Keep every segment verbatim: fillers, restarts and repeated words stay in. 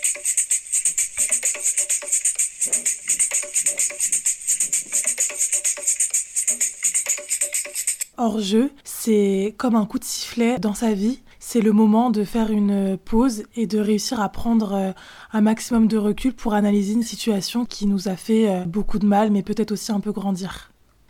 Hors-jeu, c'est comme un coup de sifflet dans sa vie. C'est le moment de faire une pause et de réussir à prendre un maximum de recul pour analyser une situation qui nous a fait beaucoup de mal, mais peut-être aussi un peu grandir.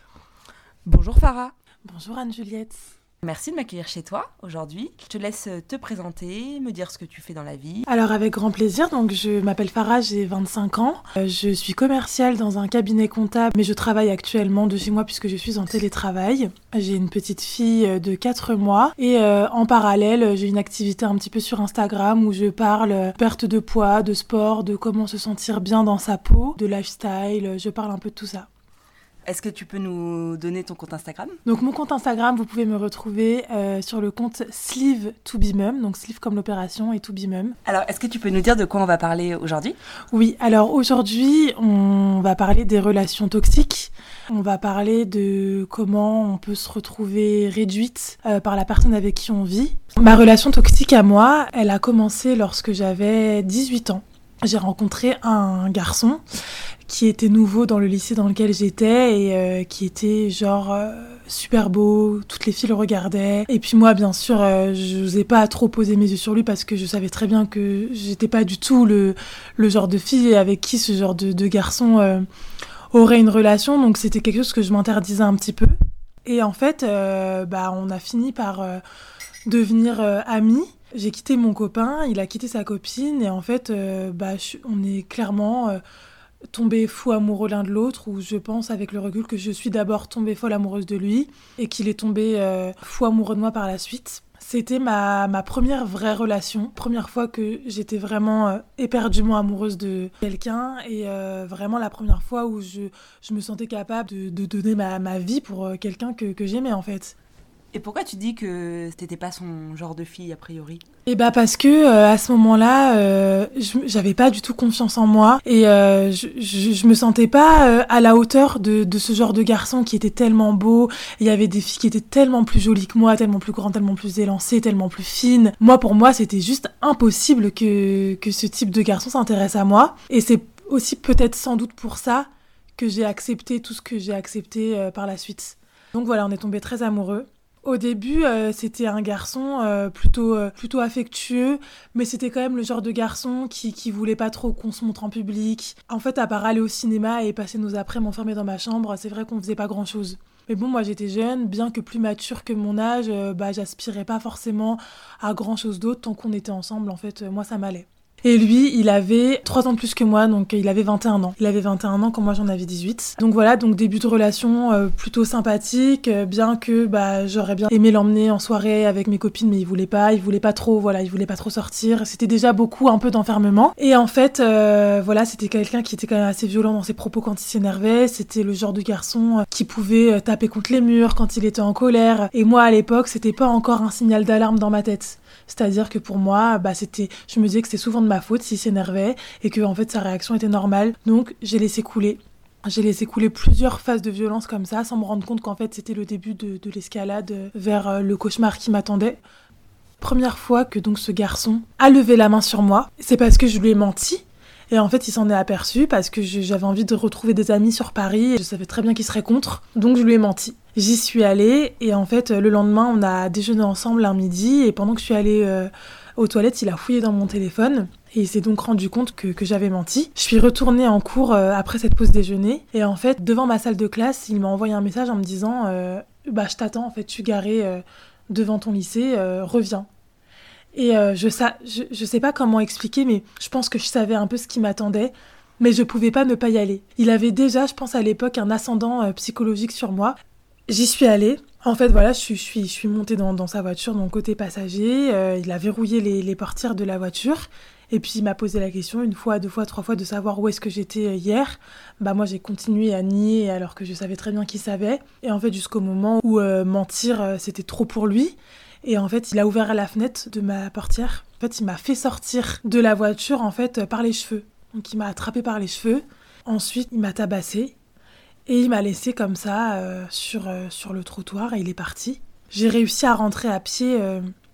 Bonjour Farah. Bonjour Anne-Juliette. Merci de m'accueillir chez toi aujourd'hui. Je te laisse te présenter, me dire ce que tu fais dans la vie. Alors avec grand plaisir, donc je m'appelle Farah, j'ai vingt-cinq ans. Je suis commerciale dans un cabinet comptable, mais je travaille actuellement de chez moi puisque je suis en télétravail. J'ai une petite fille de quatre mois et euh, en parallèle, j'ai une activité un petit peu sur Instagram où je parle perte de poids, de sport, de comment se sentir bien dans sa peau, de lifestyle, je parle un peu de tout ça. Est-ce que tu peux nous donner ton compte Instagram ? Donc mon compte Instagram, vous pouvez me retrouver euh, sur le compte Sleeve to be mum, donc Sleeve comme l'opération et to be mum. Alors, est-ce que tu peux nous dire de quoi on va parler aujourd'hui ? Oui, alors aujourd'hui, on va parler des relations toxiques. On va parler de comment on peut se retrouver réduite euh, par la personne avec qui on vit. Ma relation toxique à moi, elle a commencé lorsque j'avais dix-huit ans. J'ai rencontré un garçon qui était nouveau dans le lycée dans lequel j'étais et euh, qui était genre euh, super beau, toutes les filles le regardaient. Et puis moi, bien sûr, euh, je n'osais pas trop poser mes yeux sur lui parce que je savais très bien que j'étais pas du tout le, le genre de fille avec qui ce genre de, de garçon euh, aurait une relation. Donc c'était quelque chose que je m'interdisais un petit peu. Et en fait, euh, bah, on a fini par euh, devenir euh, amis. J'ai quitté mon copain, il a quitté sa copine et en fait, euh, bah, je, on est clairement euh, tombés fous amoureux l'un de l'autre, où je pense avec le recul que je suis d'abord tombée folle amoureuse de lui et qu'il est tombé euh, fou amoureux de moi par la suite. C'était ma, ma première vraie relation, première fois que j'étais vraiment euh, éperdument amoureuse de quelqu'un et euh, vraiment la première fois où je, je me sentais capable de, de donner ma, ma vie pour euh, quelqu'un que, que j'aimais en fait. Et pourquoi tu dis que t'étais pas son genre de fille a priori ? Et bah parce que euh, à ce moment-là, euh, je, j'avais pas du tout confiance en moi et euh, je, je, je me sentais pas euh, à la hauteur de, de ce genre de garçon qui était tellement beau. Il y avait des filles qui étaient tellement plus jolies que moi, tellement plus grandes, tellement plus élancées, tellement plus fines. Moi, pour moi, c'était juste impossible que que ce type de garçon s'intéresse à moi. Et c'est aussi peut-être sans doute pour ça que j'ai accepté tout ce que j'ai accepté euh, par la suite. Donc voilà, on est tombés très amoureux. Au début, euh, c'était un garçon euh, plutôt, euh, plutôt affectueux, mais c'était quand même le genre de garçon qui, qui voulait pas trop qu'on se montre en public. En fait, à part aller au cinéma et passer nos après m'enfermer dans ma chambre, c'est vrai qu'on faisait pas grand-chose. Mais bon, moi j'étais jeune, bien que plus mature que mon âge, euh, bah j'aspirais pas forcément à grand-chose d'autre tant qu'on était ensemble. En fait, euh, moi ça m'allait. Et lui, il avait trois ans de plus que moi, donc il avait vingt et un ans. Il avait vingt et un ans quand moi j'en avais dix-huit. Donc voilà, donc début de relation euh, plutôt sympathique, euh, bien que bah j'aurais bien aimé l'emmener en soirée avec mes copines, mais il voulait pas, il voulait pas trop, voilà, il voulait pas trop sortir. C'était déjà beaucoup un peu d'enfermement. Et en fait, euh, voilà, c'était quelqu'un qui était quand même assez violent dans ses propos quand il s'énervait. C'était le genre de garçon euh, qui pouvait euh, taper contre les murs quand il était en colère. Et moi à l'époque, c'était pas encore un signal d'alarme dans ma tête. C'est-à-dire que pour moi, bah, c'était, je me disais que c'était souvent de ma faute s'il s'énervait et que en fait, sa réaction était normale. Donc, j'ai laissé couler. J'ai laissé couler plusieurs phases de violence comme ça, sans me rendre compte qu'en fait, c'était le début de, de l'escalade vers le cauchemar qui m'attendait. Première fois que donc ce garçon a levé la main sur moi, c'est parce que je lui ai menti. Et en fait, il s'en est aperçu parce que je, j'avais envie de retrouver des amis sur Paris et je savais très bien qu'il serait contre. Donc, je lui ai menti. J'y suis allée et en fait, le lendemain, on a déjeuné ensemble un midi et pendant que je suis allée euh, aux toilettes, il a fouillé dans mon téléphone et il s'est donc rendu compte que, que j'avais menti. Je suis retournée en cours euh, après cette pause déjeuner et en fait, devant ma salle de classe, il m'a envoyé un message en me disant euh, « Bah, je t'attends, en fait, je suis garée euh, devant ton lycée, euh, reviens ». Et euh, je, sa- je, je sais pas comment expliquer, mais je pense que je savais un peu ce qui m'attendait, mais je pouvais pas ne pas y aller. Il avait déjà, je pense à l'époque, un ascendant euh, psychologique sur moi. J'y suis allée. En fait, voilà, je suis, je suis, je suis montée dans, dans sa voiture, dans le côté passager. Euh, il a verrouillé les, les portières de la voiture. Et puis, il m'a posé la question une fois, deux fois, trois fois de savoir où est-ce que j'étais hier. Bah, moi, j'ai continué à nier alors que je savais très bien qu'il savait. Et en fait, jusqu'au moment où euh, mentir, euh, c'était trop pour lui. Et en fait, il a ouvert la fenêtre de ma portière. En fait, il m'a fait sortir de la voiture, en fait, par les cheveux. Donc, il m'a attrapée par les cheveux. Ensuite, il m'a tabassée. Et il m'a laissée comme ça, euh, sur, euh, sur le trottoir, et il est parti. J'ai réussi à rentrer à pied euh,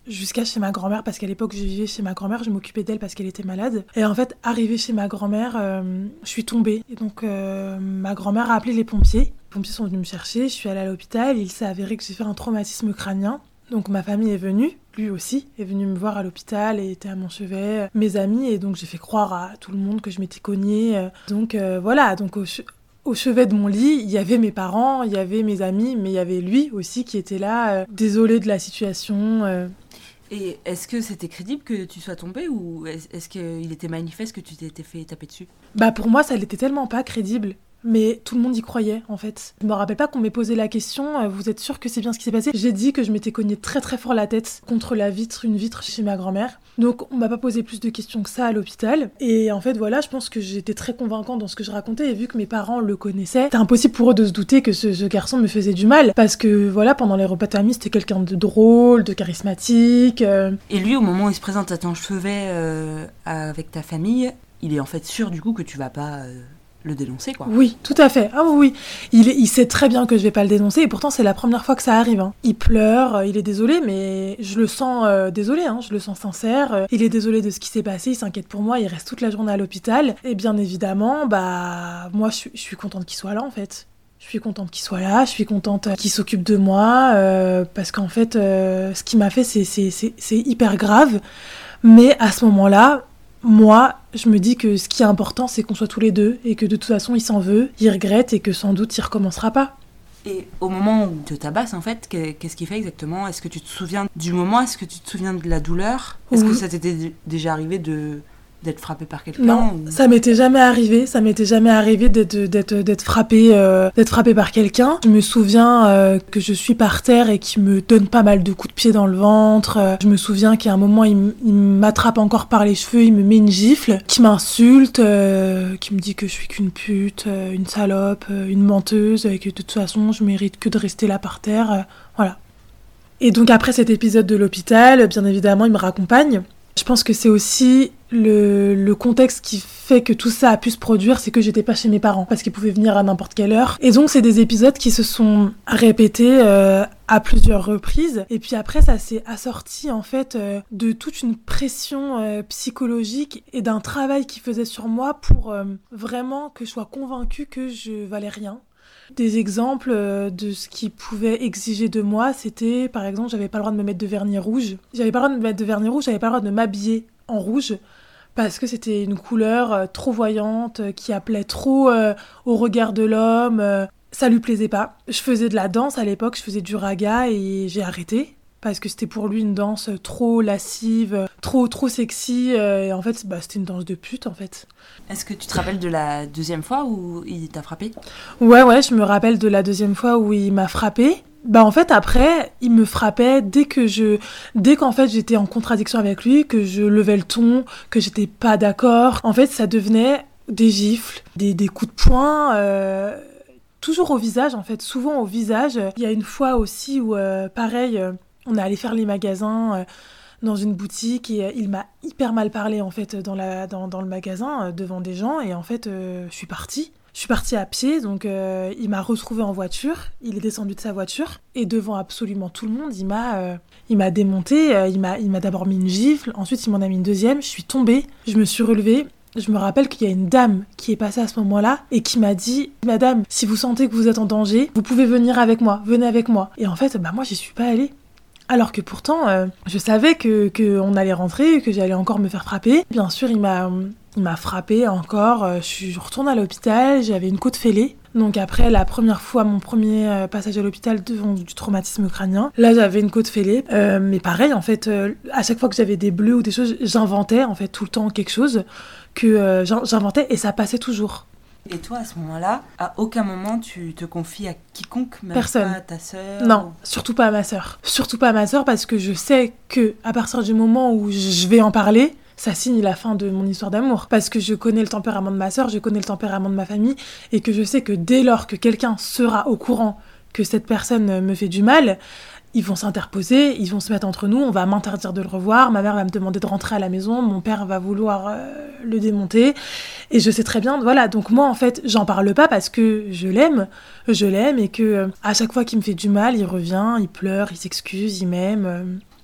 jusqu'à chez ma grand-mère, parce qu'à l'époque, je vivais chez ma grand-mère, je m'occupais d'elle parce qu'elle était malade. Et en fait, arrivée chez ma grand-mère, euh, je suis tombée. Et donc, euh, ma grand-mère a appelé les pompiers. Les pompiers sont venus me chercher, je suis allée à l'hôpital. Il s'est avéré que j'ai fait un traumatisme crânien. Donc, ma famille est venue, lui aussi, est venu me voir à l'hôpital et était à mon chevet, mes amis. Et donc, j'ai fait croire à tout le monde que je m'étais cognée. Donc, euh, voilà, donc au, che- au chevet de mon lit, il y avait mes parents, il y avait mes amis, mais il y avait lui aussi qui était là, euh, désolé de la situation. Euh, Et est-ce que c'était crédible que tu sois tombée ou est- est-ce qu'il était manifeste que tu t'étais fait taper dessus? Bah pour moi, ça l'était tellement pas crédible. Mais tout le monde y croyait, en fait. Je me rappelle pas qu'on m'ait posé la question, euh, vous êtes sûr que c'est bien ce qui s'est passé? J'ai dit que je m'étais cogné très très fort la tête contre la vitre, une vitre chez ma grand-mère. Donc on m'a pas posé plus de questions que ça à l'hôpital. Et en fait, voilà, je pense que j'étais très convaincante dans ce que je racontais. Et vu que mes parents le connaissaient, c'était impossible pour eux de se douter que ce, ce garçon me faisait du mal. Parce que voilà, pendant les repas de famille, c'était quelqu'un de drôle, de charismatique. euh, Et lui, au moment où il se présente à ton chevet euh, avec ta famille, il est en fait sûr du coup que tu vas pas euh, le dénoncer, quoi. Oui, tout à fait. Ah oui, oui. Il, est- il sait très bien que je vais pas le dénoncer et pourtant c'est la première fois que ça arrive. hein. Il pleure, euh, il est désolé, mais je le sens euh, désolé, hein, je le sens sincère. Euh, Il est désolé de ce qui s'est passé, il s'inquiète pour moi, il reste toute la journée à l'hôpital. Et bien évidemment, bah moi je, suis- je suis contente qu'il soit là en fait. Je suis contente qu'il soit là, je suis contente euh, qu'il s'occupe de moi, euh, parce qu'en fait, euh, ce qu'il m'a fait, c'est, c'est, c'est, c'est hyper grave. Mais à ce moment-là, moi, je me dis que ce qui est important, c'est qu'on soit tous les deux, et que de toute façon, il s'en veut, il regrette, et que sans doute, il recommencera pas. Et au moment où il te tabasse, en fait, que- qu'est-ce qu'il fait exactement? Est-ce que tu te souviens du moment? Est-ce que tu te souviens de la douleur? Est-ce Oui. que ça t'était d- déjà arrivé de d'être frappé par quelqu'un? Non, ou- ça m'était jamais arrivé. Ça m'était jamais arrivé d'être d'être d'être frappée euh, d'être frappée par quelqu'un. Je me souviens euh, que je suis par terre et qu'il me donne pas mal de coups de pied dans le ventre. Euh, Je me souviens qu'à un moment il, m- il m'attrape encore par les cheveux, il me met une gifle, qui m'insulte, euh, qui me dit que je suis qu'une pute, euh, une salope, euh, une menteuse, et que de toute façon je mérite que de rester là par terre. euh, voilà. Et donc après cet épisode de l'hôpital, bien évidemment, il me raccompagne. Je pense que c'est aussi le, le contexte qui fait que tout ça a pu se produire, c'est que j'étais pas chez mes parents, parce qu'ils pouvaient venir à n'importe quelle heure. Et donc c'est des épisodes qui se sont répétés euh, à plusieurs reprises. Et puis après, ça s'est assorti en fait euh, de toute une pression euh, psychologique et d'un travail qui faisait sur moi pour euh, vraiment que je sois convaincue que je valais rien. Des exemples euh, de ce qu'ils pouvaient exiger de moi, c'était par exemple, j'avais pas le droit de me mettre de vernis rouge. J'avais pas le droit de me mettre de vernis rouge, j'avais pas le droit de m'habiller en rouge parce que c'était une couleur euh, trop voyante, euh, qui appelait trop euh, au regard de l'homme. euh, ça lui plaisait pas. Je faisais de la danse à l'époque, je faisais du raga et j'ai arrêté. Parce que c'était pour lui une danse trop lascive, trop trop sexy. euh, et en fait, bah, c'était une danse de pute en fait. Est-ce que tu te rappelles de la deuxième fois où il t'a frappé? Ouais, ouais, je me rappelle de la deuxième fois où il m'a frappée. Bah en fait après, il me frappait dès que je, dès qu'en fait j'étais en contradiction avec lui, que je levais le ton, que j'étais pas d'accord. En fait, ça devenait des gifles, des, des coups de poing, euh, toujours au visage en fait, souvent au visage. Il y a une fois aussi où euh, pareil, euh, on est allé faire les magasins. Euh, dans une boutique et euh, il m'a hyper mal parlé en fait dans, la, dans, dans le magasin euh, devant des gens et en fait euh, je suis partie. Je suis partie à pied, donc euh, il m'a retrouvée en voiture, il est descendu de sa voiture et devant absolument tout le monde, il m'a, euh, il m'a démonté, euh, il, m'a, il m'a d'abord mis une gifle, ensuite il m'en a mis une deuxième, je suis tombée, je me suis relevée. Je me rappelle qu'il y a une dame qui est passée à ce moment-là et qui m'a dit « Madame, si vous sentez que vous êtes en danger, vous pouvez venir avec moi, venez avec moi. » Et en fait, bah moi j'y suis pas allée. Alors que pourtant, euh, je savais que, que on allait rentrer, que j'allais encore me faire frapper. Bien sûr, il m'a, il m'a frappé encore. Euh, je suis retournée à l'hôpital, j'avais une côte fêlée. Donc après, la première fois, mon premier euh, passage à l'hôpital devant du traumatisme crânien, là j'avais une côte fêlée. Euh, mais pareil, en fait, euh, à chaque fois que j'avais des bleus ou des choses, j'inventais en fait tout le temps quelque chose que euh, j'inventais et ça passait toujours. Et toi, à ce moment-là, à aucun moment tu te confies à quiconque, même Personne. pas à ta sœur? Non, surtout pas à ma sœur. Surtout pas à ma sœur parce que je sais que à partir du moment où je vais en parler, ça signe la fin de mon histoire d'amour. Parce que je connais le tempérament de ma sœur, je connais le tempérament de ma famille et que je sais que dès lors que quelqu'un sera au courant que cette personne me fait du mal, ils vont s'interposer, ils vont se mettre entre nous, on va m'interdire de le revoir, ma mère va me demander de rentrer à la maison, mon père va vouloir euh, le démonter, et je sais très bien, voilà, donc moi en fait, j'en parle pas parce que je l'aime, je l'aime, et que euh, à chaque fois qu'il me fait du mal, il revient, il pleure, il s'excuse, il m'aime. Euh...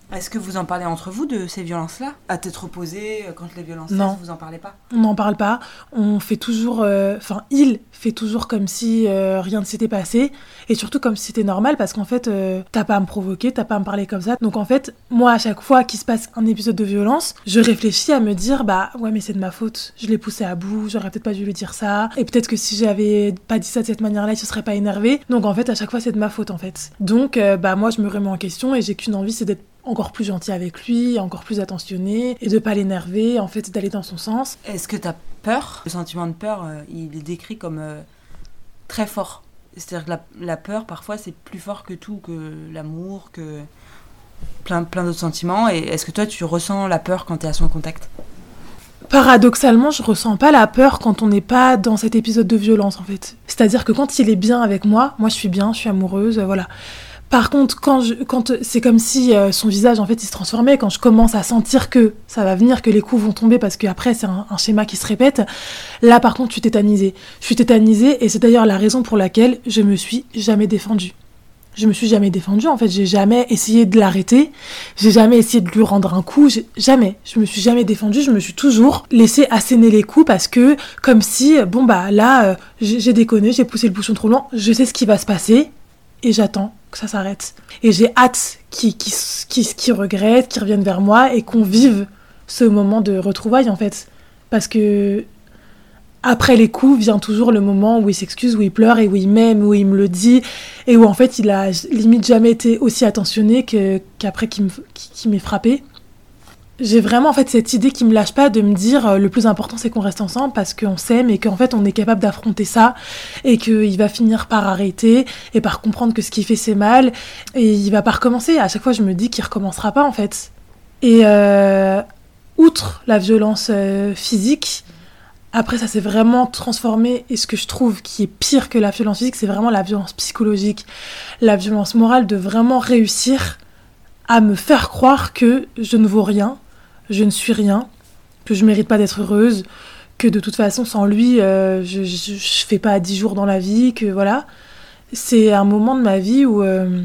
Est-ce que vous en parlez entre vous de ces violences-là ? À tête reposée, quand les violences Non. cessent, vous en parlez pas ? On n'en parle pas. On fait toujours... Enfin, euh, il fait toujours comme si euh, rien ne s'était passé. Et surtout comme si c'était normal, parce qu'en fait, euh, t'as pas à me provoquer, t'as pas à me parler comme ça. Donc en fait, moi, à chaque fois qu'il se passe un épisode de violence, je réfléchis à me dire, bah ouais, mais c'est de ma faute. Je l'ai poussé à bout, j'aurais peut-être pas dû lui dire ça. Et peut-être que si j'avais pas dit ça de cette manière-là, il se serait pas énervé. Donc en fait, à chaque fois, c'est de ma faute, en fait. Donc, euh, bah moi, je me remets en question et j'ai qu'une envie, c'est d'être encore plus gentil avec lui, encore plus attentionné, et de pas l'énerver, en fait, d'aller dans son sens. Est-ce que t'as peur ? Le sentiment de peur, euh, il est décrit comme euh, très fort. C'est-à-dire que la, la peur, parfois, c'est plus fort que tout, que l'amour, que plein, plein d'autres sentiments. Et est-ce que toi, tu ressens la peur quand t'es à son contact ? Paradoxalement, je ressens pas la peur quand on n'est pas dans cet épisode de violence, en fait. C'est-à-dire que quand il est bien avec moi, moi je suis bien, je suis amoureuse, euh, voilà. Par contre, quand, je, quand c'est comme si euh, son visage, en fait, il se transformait, quand je commence à sentir que ça va venir, que les coups vont tomber, parce qu'après, c'est un, un schéma qui se répète, là, par contre, je suis tétanisée. Je suis tétanisée, et c'est d'ailleurs la raison pour laquelle je me suis jamais défendue. Je me suis jamais défendue, en fait, j'ai jamais essayé de l'arrêter, j'ai jamais essayé de lui rendre un coup, j'ai, jamais. Je me suis jamais défendue, je me suis toujours laissée asséner les coups, parce que, comme si, bon, bah, là, euh, j'ai, j'ai déconné, j'ai poussé le bouchon trop loin, je sais ce qui va se passer, et j'attends que ça s'arrête. Et j'ai hâte qu'ils qui, qui, qui regrettent, qu'ils reviennent vers moi et qu'on vive ce moment de retrouvailles, en fait. Parce que après les coups vient toujours le moment où il s'excuse, où il pleure et où il m'aime, où il me le dit et où en fait il a limite jamais été aussi attentionné que, qu'après qu'il, me, qu'il m'ait frappé. J'ai vraiment en fait cette idée qui me lâche pas de me dire euh, le plus important c'est qu'on reste ensemble parce qu'on s'aime et qu'en fait on est capable d'affronter ça et qu'il va finir par arrêter et par comprendre que ce qu'il fait c'est mal et il va pas recommencer. À chaque fois je me dis qu'il recommencera pas en fait. Et euh, outre la violence euh, physique, après ça s'est vraiment transformé et ce que je trouve qui est pire que la violence physique c'est vraiment la violence psychologique, la violence morale de vraiment réussir à me faire croire que je ne vaux rien, je ne suis rien, que je mérite pas d'être heureuse, que de toute façon sans lui euh, je, je, je fais pas dix jours dans la vie, que voilà. C'est un moment de ma vie où, euh,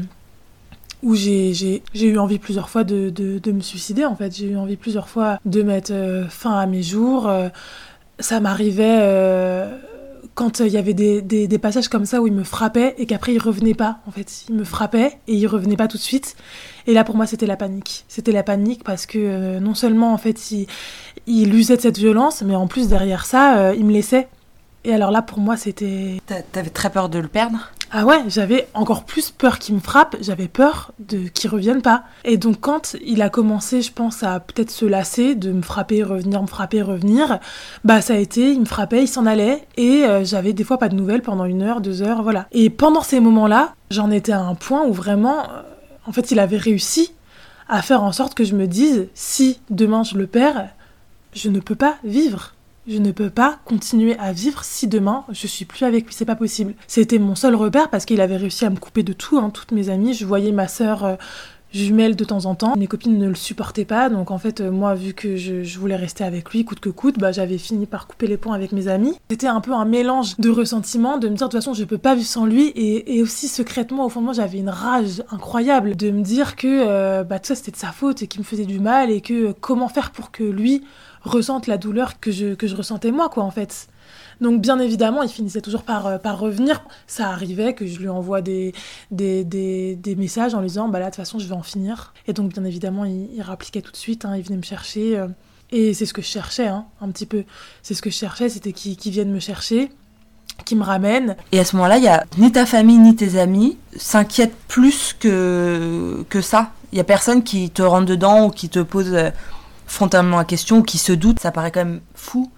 où j'ai, j'ai, j'ai eu envie plusieurs fois de, de, de me suicider en fait, j'ai eu envie plusieurs fois de mettre euh, fin à mes jours. Euh, ça m'arrivait euh, quand il y avait des, des, des passages comme ça où il me frappait et qu'après il revenait pas en fait, il me frappait et il revenait pas tout de suite. Et là, pour moi, c'était la panique. C'était la panique parce que euh, non seulement, en fait, il, il usait de cette violence, mais en plus, derrière ça, euh, il me laissait. Et alors là, pour moi, c'était... T'avais très peur de le perdre ? Ah ouais, j'avais encore plus peur qu'il me frappe. J'avais peur de qu'il revienne pas. Et donc, quand il a commencé, je pense, à peut-être se lasser, de me frapper, revenir, me frapper, revenir, bah ça a été, il me frappait, il s'en allait. Et euh, j'avais des fois pas de nouvelles pendant une heure, deux heures, voilà. Et pendant ces moments-là, j'en étais à un point où vraiment... Euh, En fait, il avait réussi à faire en sorte que je me dise, si demain je le perds, je ne peux pas vivre. Je ne peux pas continuer à vivre si demain je suis plus avec lui, c'est pas possible. C'était mon seul repère parce qu'il avait réussi à me couper de tout, hein, toutes mes amies. Je voyais ma sœur euh, jumelle de temps en temps. Mes copines ne le supportaient pas, donc en fait, euh, moi, vu que je, je voulais rester avec lui, coûte que coûte, bah, j'avais fini par couper les ponts avec mes amis. C'était un peu un mélange de ressentiment, de me dire de toute façon, je peux pas vivre sans lui, et, et aussi secrètement, au fond de moi, j'avais une rage incroyable de me dire que euh, bah, tout ça, c'était de sa faute et qu'il me faisait du mal, et que euh, comment faire pour que lui ressente la douleur que je, que je ressentais moi, quoi, en fait. Donc, bien évidemment, il finissait toujours par, euh, par revenir. Ça arrivait que je lui envoie des, des, des, des messages en lui disant « bah là, de toute façon, je vais en finir ». Et donc, bien évidemment, il, il rappliquait tout de suite, hein, il venait me chercher. Euh, et c'est ce que je cherchais, hein, un petit peu. C'est ce que je cherchais, c'était qu'il, qu'il vienne me chercher, qu'il me ramène. Et à ce moment-là, il y a ni ta famille, ni tes amis s'inquiètent plus que, que ça. Il y a personne qui te rentre dedans ou qui te pose euh, frontalement la question ou qui se doute. Ça paraît quand même fou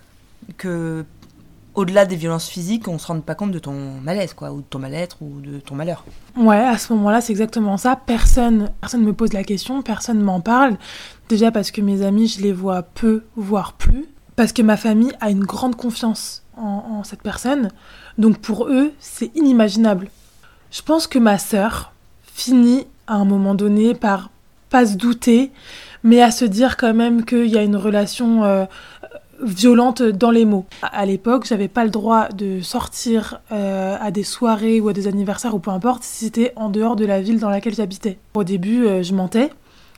que... au-delà des violences physiques, on se rende pas compte de ton malaise, quoi, ou de ton mal-être, ou de ton malheur. Ouais, à ce moment-là, c'est exactement ça. Personne personne me pose la question, personne m'en parle. Déjà parce que mes amis, je les vois peu, voire plus. Parce que ma famille a une grande confiance en, en cette personne. Donc pour eux, c'est inimaginable. Je pense que ma sœur finit à un moment donné par pas se douter, mais à se dire quand même qu'il y a une relation... Euh, violente dans les mots. À l'époque, j'avais pas le droit de sortir euh, à des soirées ou à des anniversaires ou peu importe si c'était en dehors de la ville dans laquelle j'habitais. Au début, euh, je mentais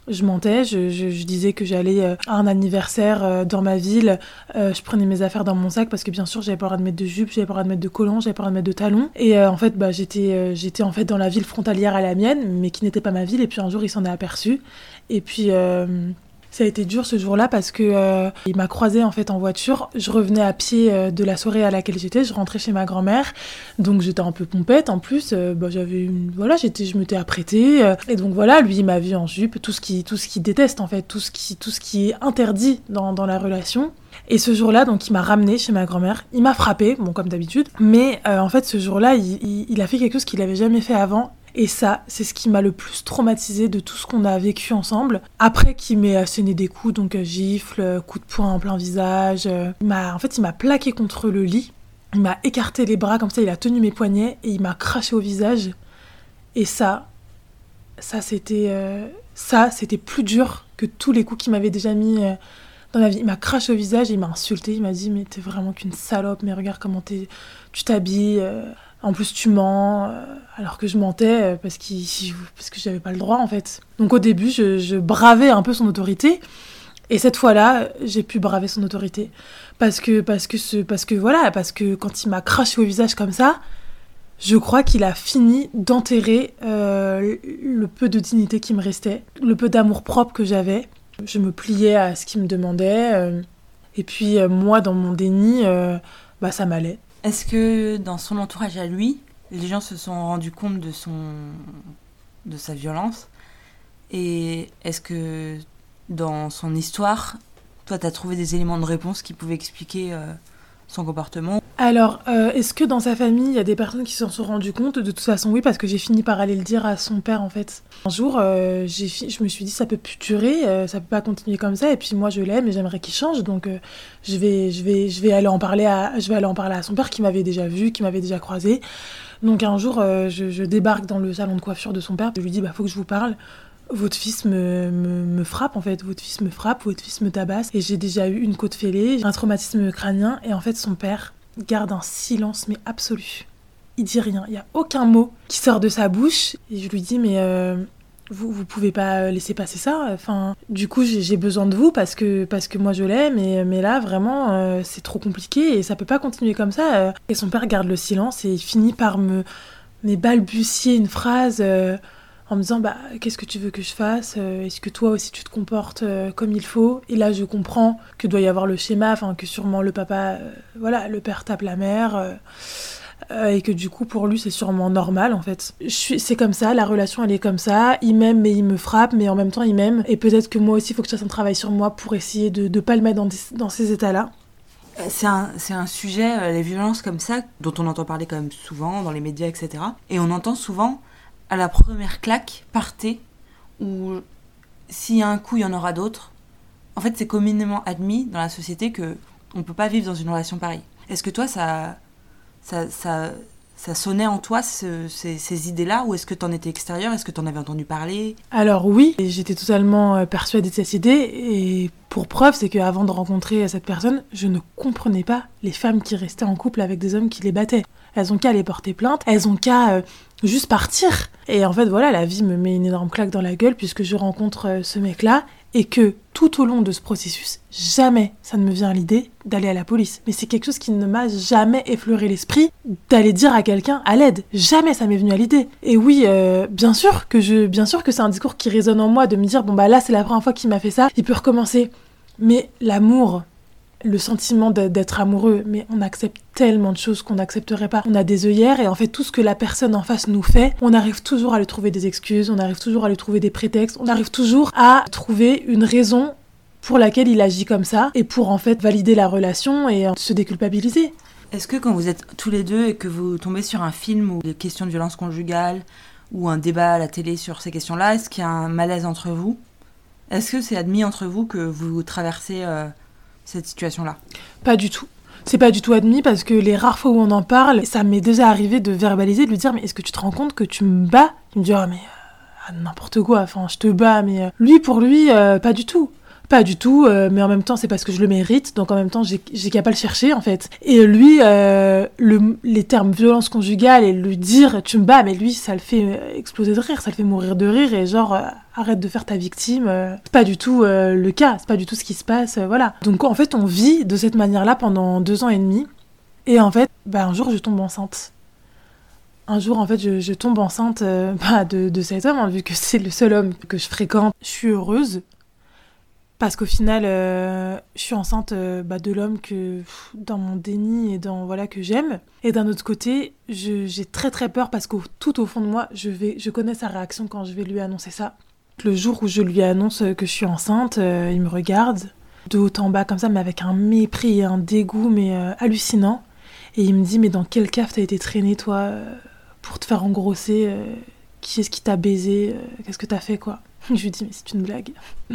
Je mentais, je, je, je disais que j'allais euh, à un anniversaire euh, dans ma ville, euh, je prenais mes affaires dans mon sac parce que bien sûr j'avais pas le droit de mettre de jupe, j'avais pas le droit de mettre de collants, j'avais pas le droit de mettre de talons. Et euh, en fait bah, j'étais, euh, j'étais en fait dans la ville frontalière à la mienne, mais qui n'était pas ma ville. Et puis un jour il s'en est aperçu. Et puis euh, ça a été dur ce jour-là parce que euh, il m'a croisée en fait en voiture. Je revenais à pied euh, de la soirée à laquelle j'étais. Je rentrais chez ma grand-mère, donc j'étais un peu pompette. En plus, euh, bah, j'avais une... voilà, j'étais, je m'étais apprêtée. Euh, et donc voilà, lui il m'a vue en jupe, tout ce qui, tout ce qu'il déteste en fait, tout ce qui, tout ce qui est interdit dans, dans la relation. Et ce jour-là, donc il m'a ramenée chez ma grand-mère. Il m'a frappée, bon comme d'habitude. Mais euh, en fait, ce jour-là, il, il, il a fait quelque chose qu'il avait jamais fait avant. Et ça, c'est ce qui m'a le plus traumatisée de tout ce qu'on a vécu ensemble. Après qu'il m'ait asséné des coups, donc euh, gifle, euh, coup de poing en plein visage. Euh, il m'a, en fait, il m'a plaqué contre le lit. Il m'a écarté les bras comme ça, il a tenu mes poignets et il m'a craché au visage. Et ça, ça c'était, euh, ça, c'était plus dur que tous les coups qu'il m'avait déjà mis euh, dans ma vie. Il m'a craché au visage et il m'a insulté. Il m'a dit « Mais t'es vraiment qu'une salope, mais regarde comment t'es, tu t'habilles. Euh, En plus, tu mens, euh, alors que je mentais euh, parce, qu'il, parce que j'avais pas le droit, en fait. » Donc au début, je, je bravais un peu son autorité. Et cette fois-là, j'ai pu braver son autorité. Parce que, parce que, ce, parce que voilà, parce que quand il m'a craché au visage comme ça, je crois qu'il a fini d'enterrer euh, le peu de dignité qui me restait, le peu d'amour-propre que j'avais. Je me pliais à ce qu'il me demandait. Euh, et puis, euh, moi, dans mon déni, euh, bah, ça m'allait. Est-ce que dans son entourage à lui, les gens se sont rendus compte de, son... de sa violence ? Et est-ce que dans son histoire, toi, tu as trouvé des éléments de réponse qui pouvaient expliquer euh, son comportement ? Alors, euh, est-ce que dans sa famille, il y a des personnes qui s'en sont rendues compte ? De toute façon, oui, parce que j'ai fini par aller le dire à son père, en fait. Un jour, euh, j'ai fi- je me suis dit, ça peut plus durer, euh, ça peut pas continuer comme ça, et puis moi, je l'aime et j'aimerais qu'il change, donc euh, je, vais, je, vais, je, vais aller en parler à, je vais aller en parler à son père, qui m'avait déjà vu, qui m'avait déjà croisé. Donc un jour, euh, je, je débarque dans le salon de coiffure de son père, je lui dis, bah, faut que je vous parle. Votre fils me, me, me frappe, en fait. Votre fils me frappe, votre fils me tabasse. Et j'ai déjà eu une côte fêlée, un traumatisme crânien, et en fait, son père garde un silence mais absolu. Il dit rien, il n'y a aucun mot qui sort de sa bouche. Et je lui dis mais euh, vous vous pouvez pas laisser passer ça. Enfin, du coup j'ai, j'ai besoin de vous parce que parce que moi je l'aime. Mais mais là vraiment euh, c'est trop compliqué et ça peut pas continuer comme ça. Et son père garde le silence et il finit par me, me balbutier une phrase. Euh, en me disant bah qu'est-ce que tu veux que je fasse, est-ce que toi aussi tu te comportes euh, comme il faut. Et là je comprends que doit y avoir le schéma, enfin que sûrement le papa euh, voilà le père tape la mère euh, euh, et que du coup pour lui c'est sûrement normal en fait. Je suis, c'est comme ça, la relation elle est comme ça, il m'aime mais il me frappe, mais en même temps il m'aime et peut-être que moi aussi il faut que je fasse un travail sur moi pour essayer de ne pas le mettre dans, des, dans ces états là. C'est un, c'est un sujet, euh, les violences comme ça, dont on entend parler quand même souvent dans les médias, et cetera. Et on entend souvent à la première claque, partez, ou s'il y a un coup, il y en aura d'autres. En fait, c'est communément admis dans la société qu'on ne peut pas vivre dans une relation pareille. Est-ce que toi, ça, ça, ça, ça sonnait en toi, ce, ces, ces idées-là, ou est-ce que tu en étais extérieur ? Est-ce que tu en avais entendu parler ? Alors oui, j'étais totalement persuadée de cette idée, et pour preuve, c'est qu'avant de rencontrer cette personne, je ne comprenais pas les femmes qui restaient en couple avec des hommes qui les battaient. Elles ont qu'à aller porter plainte, elles ont qu'à euh, juste partir. Et en fait, voilà, la vie me met une énorme claque dans la gueule puisque je rencontre euh, ce mec-là et que tout au long de ce processus, jamais ça ne me vient à l'idée d'aller à la police. Mais c'est quelque chose qui ne m'a jamais effleuré l'esprit d'aller dire à quelqu'un à l'aide. Jamais ça m'est venu à l'idée. Et oui, euh, bien sûr que je, bien sûr que c'est un discours qui résonne en moi de me dire bon bah là c'est la première fois qu'il m'a fait ça, il peut recommencer. Mais l'amour, le sentiment d'être amoureux, mais on accepte tellement de choses qu'on n'accepterait pas. On a des œillères et en fait tout ce que la personne en face nous fait, on arrive toujours à lui trouver des excuses, on arrive toujours à lui trouver des prétextes, on arrive toujours à trouver une raison pour laquelle il agit comme ça et pour en fait valider la relation et se déculpabiliser. Est-ce que quand vous êtes tous les deux et que vous tombez sur un film ou des questions de violence conjugale ou un débat à la télé sur ces questions-là, est-ce qu'il y a un malaise entre vous ? Est-ce que c'est admis entre vous que vous traversez euh, cette situation-là ? Pas du tout. C'est pas du tout admis parce que les rares fois où on en parle, ça m'est déjà arrivé de verbaliser, de lui dire mais est-ce que tu te rends compte que tu me bats ? Il me dit ah mais euh, n'importe quoi, enfin je te bats, mais euh, lui pour lui euh, pas du tout. Pas du tout, euh, mais en même temps, c'est parce que je le mérite, donc en même temps, j'ai, j'ai qu'à pas le chercher, en fait. Et lui, euh, le, les termes violence conjugale et lui dire « tu me bats », mais lui, ça le fait exploser de rire, ça le fait mourir de rire, et genre, euh, arrête de faire ta victime. Euh, c'est pas du tout euh, le cas, c'est pas du tout ce qui se passe, euh, voilà. Donc en fait, on vit de cette manière-là pendant deux ans et demi, et en fait, bah, un jour, je tombe enceinte. Un jour, en fait, je, je tombe enceinte euh, bah, de, de cet homme, hein, vu que c'est le seul homme que je fréquente. Je suis heureuse. Parce qu'au final, euh, je suis enceinte euh, bah, de l'homme que pff, dans mon déni et dans voilà que j'aime. Et d'un autre côté, je, j'ai très très peur parce que tout au fond de moi, je vais, je connais sa réaction quand je vais lui annoncer ça. Le jour où je lui annonce que je suis enceinte, euh, il me regarde de haut en bas comme ça, mais avec un mépris et un dégoût mais euh, hallucinant. Et il me dit mais dans quel cave t'as été traînée toi euh, pour te faire engrosser euh, Qui est-ce qui t'a baisé euh, Qu'est-ce que t'as fait quoi Je lui dis mais c'est une blague.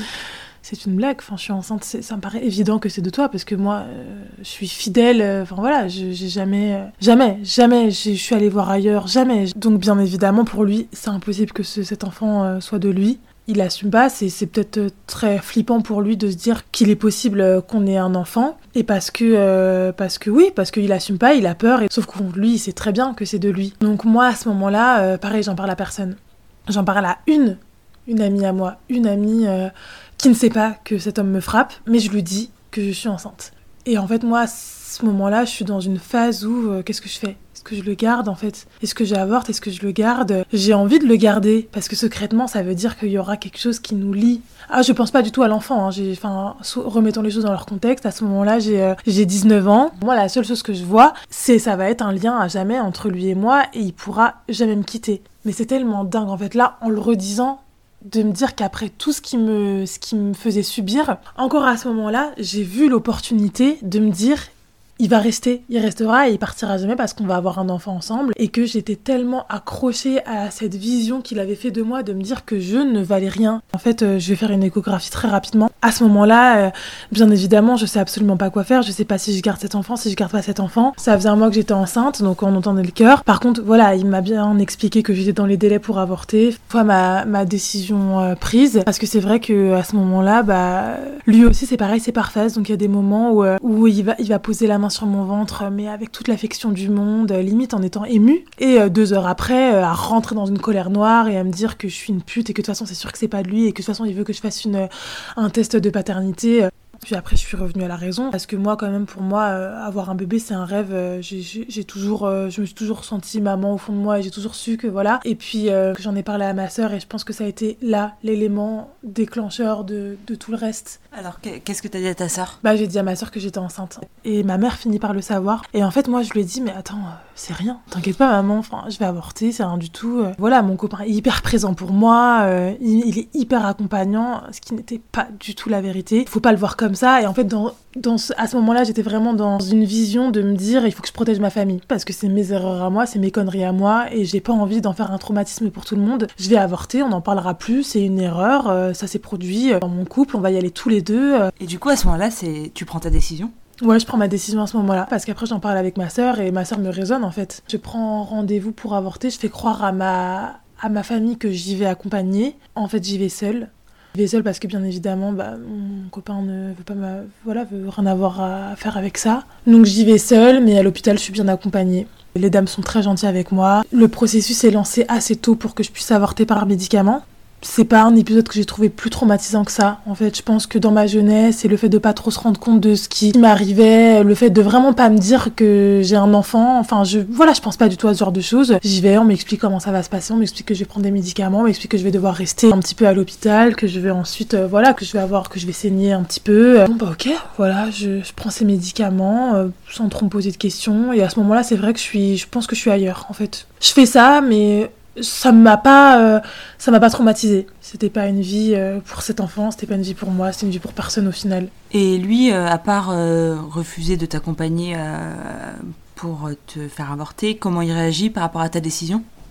C'est une blague, enfin, je suis enceinte, c'est, ça me paraît évident que c'est de toi, parce que moi, euh, je suis fidèle, euh, enfin voilà, je, j'ai jamais, euh, jamais, jamais, je suis allée voir ailleurs, jamais. Donc bien évidemment, pour lui, c'est impossible que ce, cet enfant euh, soit de lui. Il assume pas, c'est, c'est peut-être euh, très flippant pour lui de se dire qu'il est possible euh, qu'on ait un enfant, et parce que, euh, parce que oui, parce qu'il assume pas, il a peur, et, sauf que lui, il sait très bien que c'est de lui. Donc moi, à ce moment-là, euh, pareil, j'en parle à personne. J'en parle à une, une amie à moi, une amie... Euh, qui ne sait pas que cet homme me frappe, mais je lui dis que je suis enceinte. Et en fait, moi, à ce moment-là, je suis dans une phase où, euh, qu'est-ce que je fais ? Est-ce que je le garde, en fait ? Est-ce que j'avorte ? Est-ce que je le garde ? J'ai envie de le garder, parce que secrètement, ça veut dire qu'il y aura quelque chose qui nous lie. Ah, je pense pas du tout à l'enfant, hein. J'ai, enfin, so- remettons les choses dans leur contexte. À ce moment-là, j'ai, euh, j'ai dix-neuf ans. Moi, la seule chose que je vois, c'est ça va être un lien à jamais entre lui et moi, et il pourra jamais me quitter. Mais c'est tellement dingue, en fait. Là, en le redisant, de me dire qu'après tout ce qui me, ce qui me faisait subir, encore à ce moment-là, j'ai vu l'opportunité de me dire il va rester, il restera et il partira jamais parce qu'on va avoir un enfant ensemble, et que j'étais tellement accrochée à cette vision qu'il avait fait de moi, de me dire que je ne valais rien. En fait, euh, je vais faire une échographie très rapidement. À ce moment-là, euh, bien évidemment, je sais absolument pas quoi faire, je sais pas si je garde cet enfant, si je garde pas cet enfant. Ça faisait un mois que j'étais enceinte, donc on entendait le cœur. Par contre, voilà, il m'a bien expliqué que j'étais dans les délais pour avorter. Une fois ma, ma décision euh, prise, parce que c'est vrai que à ce moment-là, bah, lui aussi c'est pareil, c'est par phase, donc il y a des moments où, euh, où il va, il va poser la main sur mon ventre, mais avec toute l'affection du monde, limite en étant ému. Et euh, deux heures après, euh, à rentrer dans une colère noire et à me dire que je suis une pute et que de toute façon c'est sûr que c'est pas de lui et que de toute façon il veut que je fasse une, un test de paternité. Puis après, je suis revenue à la raison, parce que moi, quand même, pour moi, euh, avoir un bébé, c'est un rêve. Euh, j'ai, j'ai, j'ai toujours, euh, je me suis toujours sentie maman au fond de moi, et j'ai toujours su que voilà. Et puis, euh, j'en ai parlé à ma sœur, et je pense que ça a été là l'élément déclencheur de, de tout le reste. Alors, qu'est-ce que t'as dit à ta sœur ? Bah, j'ai dit à ma sœur que j'étais enceinte. Et ma mère finit par le savoir. Et en fait, moi, je lui ai dit, mais attends, euh, c'est rien. T'inquiète pas, maman, enfin, je vais avorter, c'est rien du tout. Euh, voilà, mon copain est hyper présent pour moi, euh, il, il est hyper accompagnant, ce qui n'était pas du tout la vérité. Faut pas le voir comme ça. Et en fait, dans, dans ce, à ce moment-là, j'étais vraiment dans une vision de me dire, il faut que je protège ma famille. Parce que c'est mes erreurs à moi, c'est mes conneries à moi, et j'ai pas envie d'en faire un traumatisme pour tout le monde. Je vais avorter, on n'en parlera plus, c'est une erreur, euh, ça s'est produit dans mon couple, on va y aller tous les deux. Euh. Et du coup, à ce moment-là, c'est... tu prends ta décision ? Ouais, je prends ma décision à ce moment-là, parce qu'après j'en parle avec ma sœur, et ma sœur me raisonne en fait. Je prends rendez-vous pour avorter, je fais croire à ma, à ma famille que j'y vais accompagner. En fait, j'y vais seule. Je vais seule parce que bien évidemment, bah, mon copain ne veut pas ma... voilà, veut rien avoir à faire avec ça. Donc j'y vais seule, mais à l'hôpital, je suis bien accompagnée. Les dames sont très gentilles avec moi. Le processus est lancé assez tôt pour que je puisse avorter par médicament. C'est pas un épisode que j'ai trouvé plus traumatisant que ça. En fait, je pense que dans ma jeunesse, et le fait de pas trop se rendre compte de ce qui m'arrivait, le fait de vraiment pas me dire que j'ai un enfant, enfin, je, voilà, je pense pas du tout à ce genre de choses. J'y vais, on m'explique comment ça va se passer, on m'explique que je vais prendre des médicaments, on m'explique que je vais devoir rester un petit peu à l'hôpital, que je vais ensuite, euh, voilà, que je vais avoir, que je vais saigner un petit peu. Bon, bah, ok, voilà, je, je prends ces médicaments, euh, sans trop me poser de questions, et à ce moment-là, c'est vrai que je suis, je pense que je suis ailleurs, en fait. Je fais ça, mais ça m'a pas euh, ça m'a pas traumatisée. C'était pas une vie euh, pour cet enfant, c'était pas une vie pour moi, c'était une vie pour personne au final. Et lui, euh, à part euh, refuser de t'accompagner euh, pour te faire avorter, comment il réagit par rapport à ta décision ?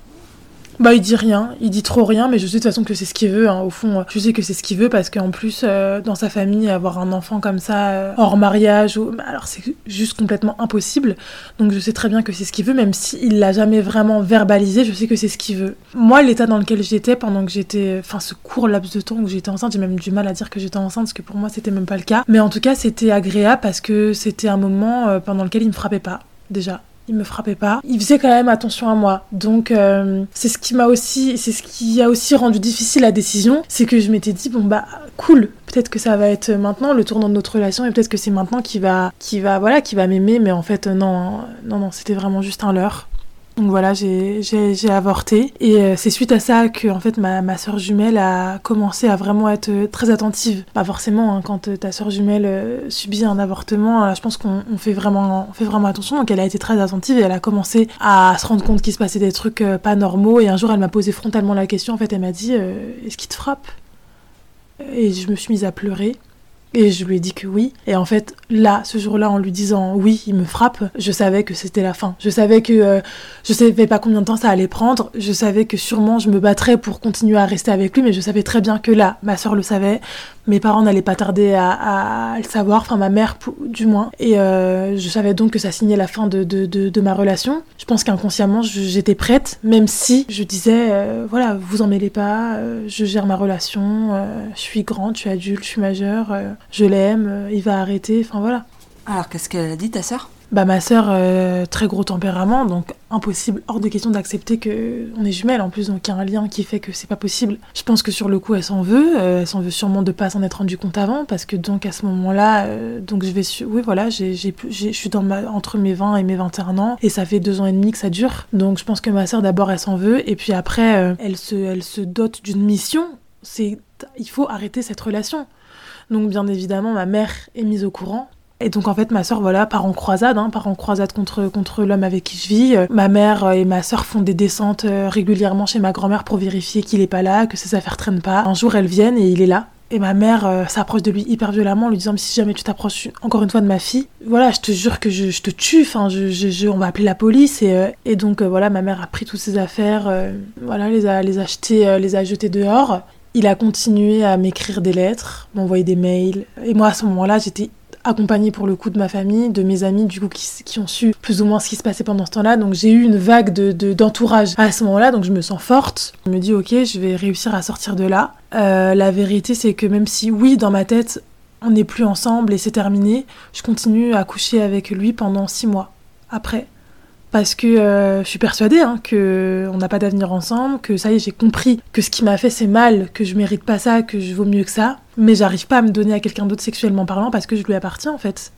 Bah, il dit rien, il dit trop rien, mais je sais de toute façon que c'est ce qu'il veut, hein. Au fond, je sais que c'est ce qu'il veut parce qu'en plus, euh, dans sa famille, avoir un enfant comme ça, euh, hors mariage, ou... alors c'est juste complètement impossible. Donc je sais très bien que c'est ce qu'il veut, même s'il l'a jamais vraiment verbalisé, je sais que c'est ce qu'il veut. Moi, l'état dans lequel j'étais pendant que j'étais, enfin ce court laps de temps où j'étais enceinte, j'ai même du mal à dire que j'étais enceinte parce que pour moi, c'était même pas le cas. Mais en tout cas, c'était agréable parce que c'était un moment euh, pendant lequel il me frappait pas, déjà. Il me frappait pas. Il faisait quand même attention à moi. Donc, euh, c'est ce qui m'a aussi, c'est ce qui a aussi rendu difficile la décision. C'est que je m'étais dit, bon bah, cool. Peut-être que ça va être maintenant le tournant de notre relation et peut-être que c'est maintenant qu'il va, qu'il va, voilà, qu'il va m'aimer. Mais en fait, non, non, non, c'était vraiment juste un leurre. Donc voilà, j'ai, j'ai, j'ai avorté. Et euh, c'est suite à ça que en fait, ma, ma sœur jumelle a commencé à vraiment être euh, très attentive. Pas forcément, hein, quand euh, ta sœur jumelle euh, subit un avortement, euh, je pense qu'on on fait, vraiment, on fait vraiment attention. Donc elle a été très attentive et elle a commencé à se rendre compte qu'il se passait des trucs euh, pas normaux. Et un jour, elle m'a posé frontalement la question. En fait, elle m'a dit euh, « Est-ce qu'il te frappe ?» Et je me suis mise à pleurer. Et je lui ai dit que oui. Et en fait, là, ce jour-là, en lui disant oui, il me frappe, je savais que c'était la fin. Je savais que euh, je savais pas combien de temps ça allait prendre. Je savais que sûrement je me battrais pour continuer à rester avec lui, mais je savais très bien que là, ma sœur le savait. Mes parents n'allaient pas tarder à, à, à le savoir, enfin ma mère du moins. Et euh, je savais donc que ça signait la fin de, de, de, de ma relation. Je pense qu'inconsciemment, je, j'étais prête, même si je disais, euh, voilà, vous en mêlez pas, euh, je gère ma relation, euh, je suis grande, je suis adulte, je suis majeure, euh, je l'aime, euh, il va arrêter, enfin voilà. Alors qu'est-ce qu'elle a dit, ta sœur ? Bah ma sœur, euh, très gros tempérament, donc impossible, hors de question d'accepter qu'on est jumelles en plus, donc il y a un lien qui fait que c'est pas possible. Je pense que sur le coup elle s'en veut, euh, elle s'en veut sûrement de pas s'en être rendu compte avant, parce que donc à ce moment-là, euh, donc je vais, su- oui voilà, j'ai, j'ai, j'ai, je suis dans ma, entre mes vingt et mes vingt et un ans, et ça fait deux ans et demi que ça dure, donc je pense que ma sœur d'abord elle s'en veut, et puis après euh, elle se, elle se dote d'une mission, c'est, il faut arrêter cette relation. Donc bien évidemment ma mère est mise au courant. Et donc en fait ma sœur voilà part en croisade, hein, part en croisade contre, contre l'homme avec qui je vis. Euh, ma mère et ma sœur font des descentes euh, régulièrement chez ma grand-mère pour vérifier qu'il est pas là, que ses affaires traînent pas. Un jour elles viennent et il est là. Et ma mère euh, s'approche de lui hyper violemment en lui disant « Mais si jamais tu t'approches encore une fois de ma fille, voilà, je te jure que je, je te tue, enfin, je, je, je, on va appeler la police. » Et, euh, et donc euh, voilà, ma mère a pris toutes ses affaires, euh, voilà, les a, les a jetées, euh, les a jetées dehors. Il a continué à m'écrire des lettres, m'envoyer des mails. Et moi à ce moment-là, j'étais accompagnée pour le coup de ma famille, de mes amis du coup qui, qui ont su plus ou moins ce qui se passait pendant ce temps-là. Donc j'ai eu une vague de, de, d'entourage à ce moment-là, donc je me sens forte. Je me dis ok, je vais réussir à sortir de là. Euh, la vérité c'est que même si oui, dans ma tête, on n'est plus ensemble et c'est terminé, je continue à coucher avec lui pendant six mois après. Parce que euh, je suis persuadée hein, qu'on n'a pas d'avenir ensemble, que ça y est, j'ai compris que ce qui m'a fait c'est mal, que je mérite pas ça, que je vaux mieux que ça. Mais j'arrive pas à me donner à quelqu'un d'autre sexuellement parlant parce que je lui appartiens en fait.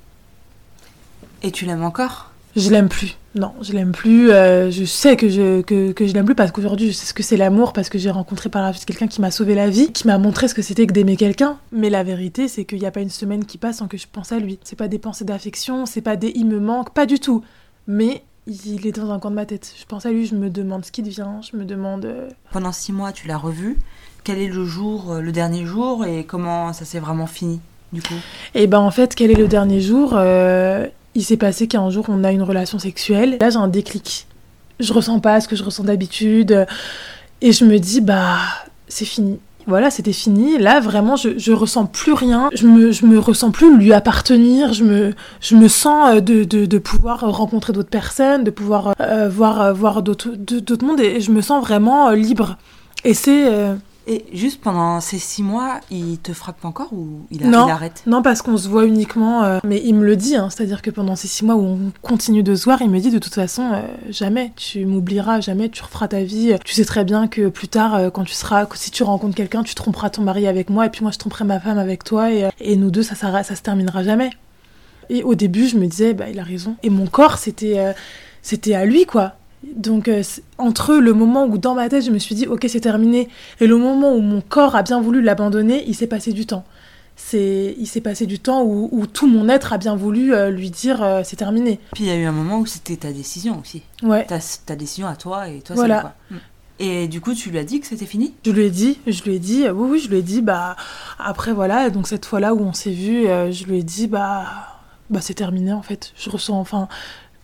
Et tu l'aimes encore ? Je l'aime plus. Non, je l'aime plus. Euh, je sais que je, que, que je l'aime plus parce qu'aujourd'hui je sais ce que c'est l'amour, parce que j'ai rencontré par la suite quelqu'un qui m'a sauvé la vie, qui m'a montré ce que c'était que d'aimer quelqu'un. Mais la vérité c'est qu'il n'y a pas une semaine qui passe sans que je pense à lui. C'est pas des pensées d'affection, c'est pas des il me manque, pas du tout. Mais il est dans un coin de ma tête. Je pense à lui, je me demande ce qu'il devient, je me demande... Euh... Pendant six mois, tu l'as revu. Quel est le jour, le dernier jour, et comment ça s'est vraiment fini, du coup ? Et ben en fait, quel est le dernier jour ? euh, Il s'est passé qu'un jour, on a une relation sexuelle. Là, j'ai un déclic. Je ressens pas ce que je ressens d'habitude. Et je me dis, bah, c'est fini. Voilà, c'était fini. Là, vraiment, je, je ressens plus rien. Je me, je me ressens plus lui appartenir. Je me, je me sens de, de, de pouvoir rencontrer d'autres personnes, de pouvoir euh, voir, voir d'autres, d'autres mondes. Et je me sens vraiment euh, libre. Et c'est... Euh... Et juste pendant ces six mois, il te frappe encore ou il, a, non, il arrête ? Non, parce qu'on se voit uniquement... Euh, mais il me le dit, hein, c'est-à-dire que pendant ces six mois où on continue de se voir, il me dit de toute façon, euh, jamais, tu m'oublieras, jamais, tu referas ta vie. Tu sais très bien que plus tard, euh, quand tu seras... si tu rencontres quelqu'un, tu tromperas ton mari avec moi, et puis moi, je tromperai ma femme avec toi, et, euh, et nous deux, ça, ça, ça se terminera jamais. Et au début, je me disais, bah, il a raison. Et mon corps, c'était, euh, c'était à lui, quoi. Donc euh, entre le moment où dans ma tête je me suis dit ok c'est terminé et le moment où mon corps a bien voulu l'abandonner, il s'est passé du temps. C'est, il s'est passé du temps où, où tout mon être a bien voulu euh, lui dire euh, c'est terminé. Puis il y a eu un moment où c'était ta décision aussi. Ouais. Ta, ta décision à toi et toi voilà. C'est quoi. Et du coup tu lui as dit que c'était fini ? Je lui ai dit, je lui ai dit, oui oui je lui ai dit bah après voilà donc cette fois là où on s'est vu, euh, je lui ai dit bah bah c'est terminé en fait. Je ressens enfin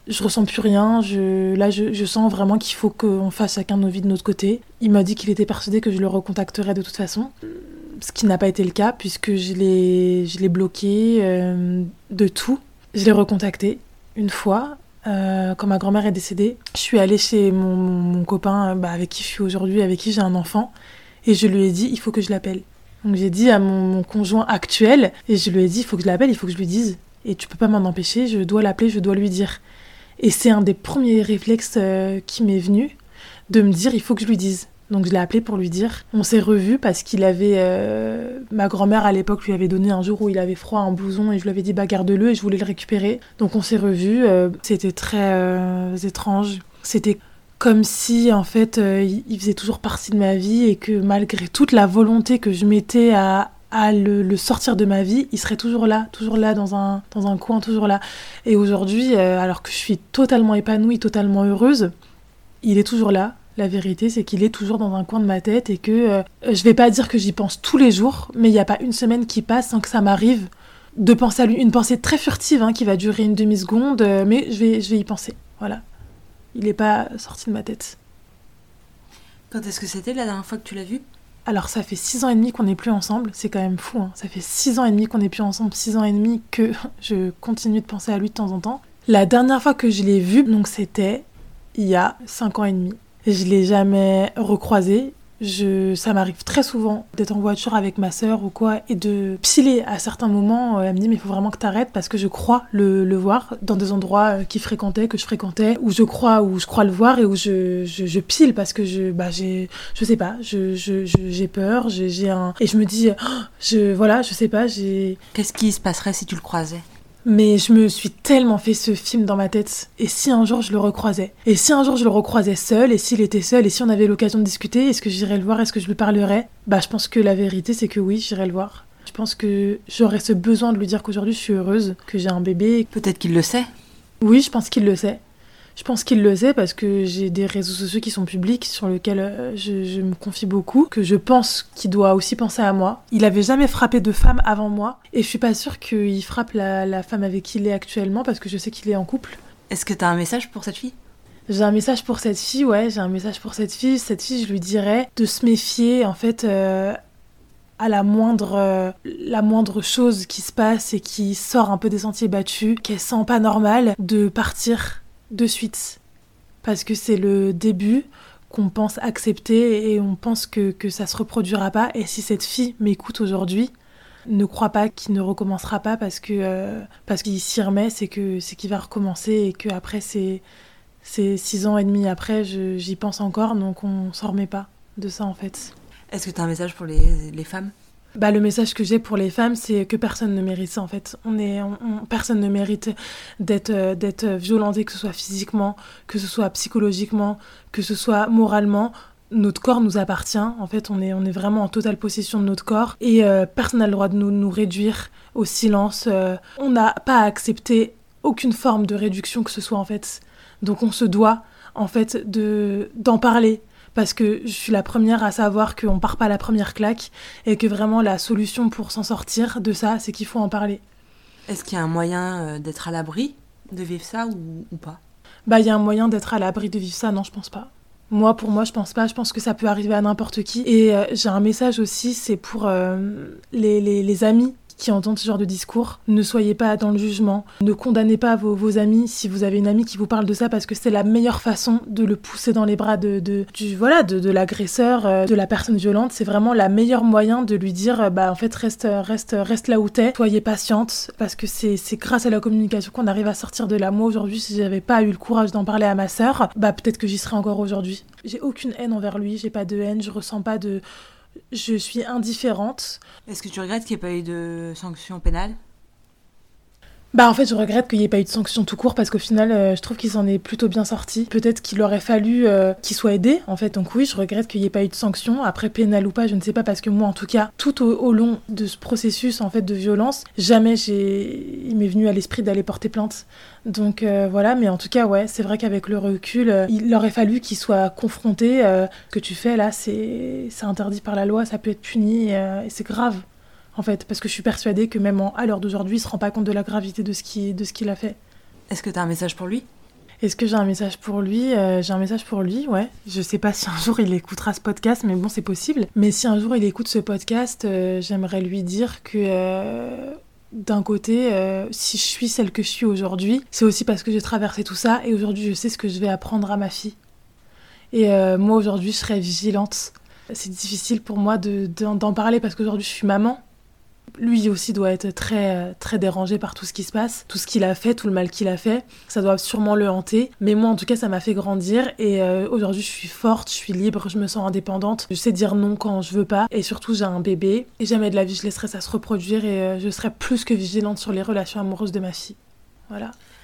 je ressens plus rien. Je, là, je, je sens vraiment qu'il faut qu'on fasse chacun nos vies de notre côté. Il m'a dit qu'il était persuadé que je le recontacterais de toute façon. Ce qui n'a pas été le cas, puisque je l'ai, je l'ai bloqué euh, de tout. Je l'ai recontacté une fois. Euh, quand ma grand-mère est décédée, je suis allée chez mon, mon, mon copain bah, avec qui je suis aujourd'hui, avec qui j'ai un enfant. Et je lui ai dit, il faut que je l'appelle. Donc j'ai dit à mon, mon conjoint actuel, et je lui ai dit, il faut que je l'appelle, il faut que je lui dise. Et tu peux pas m'en empêcher, je dois l'appeler, je dois lui dire. Et c'est un des premiers réflexes euh, qui m'est venu, de me dire, il faut que je lui dise. Donc je l'ai appelé pour lui dire. On s'est revus parce qu'il avait... Euh, ma grand-mère à l'époque lui avait donné un jour où il avait froid un blouson et je lui avais dit bah garde-le et je voulais le récupérer. Donc on s'est revus. Euh, c'était très euh, étrange. C'était comme si en fait euh, il faisait toujours partie de ma vie et que malgré toute la volonté que je mettais à, à le, le sortir de ma vie, il serait toujours là, toujours là dans un, dans un coin, toujours là. Et aujourd'hui, euh, alors que je suis totalement épanouie, totalement heureuse, il est toujours là. La vérité, c'est qu'il est toujours dans un coin de ma tête et que euh, je vais pas dire que j'y pense tous les jours, mais il n'y a pas une semaine qui passe sans que ça m'arrive de penser à lui. Une pensée très furtive hein, qui va durer une demi-seconde, euh, mais je vais, je vais y penser. Voilà. Il n'est pas sorti de ma tête. Quand est-ce que c'était la dernière fois que tu l'as vu ? Alors, ça fait six ans et demi qu'on n'est plus ensemble. C'est quand même fou. Hein. Ça fait six ans et demi qu'on n'est plus ensemble. Six ans et demi que je continue de penser à lui de temps en temps. La dernière fois que je l'ai vu, donc c'était il y a cinq ans et demi. Je l'ai jamais recroisé. Je, ça m'arrive très souvent d'être en voiture avec ma sœur ou quoi et de piler à certains moments. Elle me dit mais il faut vraiment que t'arrêtes parce que je crois le, le voir dans des endroits qu'il fréquentait, que je fréquentais, où je crois, où je crois le voir et où je, je, je pile parce que je, bah j'ai, je sais pas, je, je, je, j'ai peur, j'ai, j'ai un et je me dis, oh, je, voilà, je sais pas, j'ai. Qu'est-ce qui se passerait si tu le croisais ? Mais je me suis tellement fait ce film dans ma tête. Et si un jour je le recroisais ? Et si un jour je le recroisais seul ? Et s'il était seul ? Et si on avait l'occasion de discuter ? Est-ce que j'irais le voir ? Est-ce que je lui parlerais ? Bah je pense que la vérité c'est que oui, j'irais le voir. Je pense que j'aurais ce besoin de lui dire qu'aujourd'hui je suis heureuse, que j'ai un bébé. Peut-être qu'il le sait ? Oui, je pense qu'il le sait. Je pense qu'il le sait parce que j'ai des réseaux sociaux qui sont publics sur lesquels je, je me confie beaucoup, que je pense qu'il doit aussi penser à moi. Il avait jamais frappé de femme avant moi et je suis pas sûre qu'il frappe la, la femme avec qui il est actuellement parce que je sais qu'il est en couple. Est-ce que t'as un message pour cette fille ? J'ai un message pour cette fille, ouais, j'ai un message pour cette fille. Cette fille, je lui dirais de se méfier en fait euh, à la moindre, euh, la moindre chose qui se passe et qui sort un peu des sentiers battus, qu'elle sent pas normal, de partir de suite, parce que c'est le début qu'on pense accepter et on pense que, que ça se reproduira pas. Et si cette fille m'écoute aujourd'hui, ne crois pas qu'il ne recommencera pas parce que euh, parce qu'il s'y remet, c'est que c'est qu'il va recommencer et que après c'est c'est six ans et demi après, je, j'y pense encore, donc on s'en remet pas de ça en fait. Est-ce que tu as un message pour les, les femmes ? Bah, le message que j'ai pour les femmes, c'est que personne ne mérite ça, en fait. On est, on, on, personne ne mérite d'être, euh, d'être violenté, que ce soit physiquement, que ce soit psychologiquement, que ce soit moralement. Notre corps nous appartient. En fait, on est, on est vraiment en totale possession de notre corps. Et euh, personne n'a le droit de nous, nous réduire au silence. Euh, on n'a pas à accepter aucune forme de réduction que ce soit, en fait. Donc, on se doit, en fait, de, d'en parler. Parce que je suis la première à savoir qu'on ne part pas la première claque et que vraiment la solution pour s'en sortir de ça, c'est qu'il faut en parler. Est-ce qu'il y a un moyen d'être à l'abri de vivre ça ou, ou pas ? Bah, il y a un moyen d'être à l'abri de vivre ça, non, je pense pas. Moi, pour moi, je pense pas. Je pense que ça peut arriver à n'importe qui. Et euh, j'ai un message aussi, c'est pour euh, les, les, les amis qui entendent ce genre de discours. Ne soyez pas dans le jugement. Ne condamnez pas vos, vos amis si vous avez une amie qui vous parle de ça parce que c'est la meilleure façon de le pousser dans les bras de, de, du, voilà, de, de l'agresseur, euh, de la personne violente. C'est vraiment la meilleure moyen de lui dire euh, bah, en fait, reste, reste, reste là où t'es. Soyez patiente parce que c'est, c'est grâce à la communication qu'on arrive à sortir de là. Moi, aujourd'hui, si j'avais pas eu le courage d'en parler à ma sœur, bah, peut-être que j'y serais encore aujourd'hui. J'ai aucune haine envers lui. J'ai pas de haine. Je ressens pas de... Je suis indifférente. Est-ce que tu regrettes qu'il n'y ait pas eu de sanction pénale ? Bah en fait je regrette qu'il n'y ait pas eu de sanction tout court parce qu'au final euh, je trouve qu'il s'en est plutôt bien sorti. Peut-être qu'il aurait fallu euh, qu'il soit aidé en fait, donc oui je regrette qu'il n'y ait pas eu de sanction. Après pénale ou pas je ne sais pas parce que moi en tout cas tout au, au long de ce processus en fait de violence, jamais j'ai... il m'est venu à l'esprit d'aller porter plainte. Donc euh, voilà, mais en tout cas ouais c'est vrai qu'avec le recul euh, il aurait fallu qu'il soit confronté. Euh, ce que tu fais là c'est, c'est interdit par la loi, ça peut être puni euh, et c'est grave. En fait, parce que je suis persuadée que même en, à l'heure d'aujourd'hui, il se rend pas compte de la gravité de ce, qui, de ce qu'il a fait. Est-ce que tu as un message pour lui ? Est-ce que j'ai un message pour lui ? euh, J'ai un message pour lui, ouais. Je sais pas si un jour il écoutera ce podcast, mais bon, c'est possible. Mais si un jour il écoute ce podcast, euh, j'aimerais lui dire que... Euh... D'un côté, euh, si je suis celle que je suis aujourd'hui, c'est aussi parce que j'ai traversé tout ça et aujourd'hui je sais ce que je vais apprendre à ma fille. Et euh, moi aujourd'hui je serai vigilante. C'est difficile pour moi de, de, d'en parler parce qu'aujourd'hui je suis maman. Lui aussi doit être très, très dérangé par tout ce qui se passe, tout ce qu'il a fait, tout le mal qu'il a fait. Ça doit sûrement le hanter. Mais moi, en tout cas, ça m'a fait grandir. Et euh, aujourd'hui, je suis forte, je suis libre, je me sens indépendante. Je sais dire non quand je veux pas. Et surtout, j'ai un bébé. Et jamais de la vie, je laisserai ça se reproduire. Et euh, je serai plus que vigilante sur les relations amoureuses de ma fille. Voilà.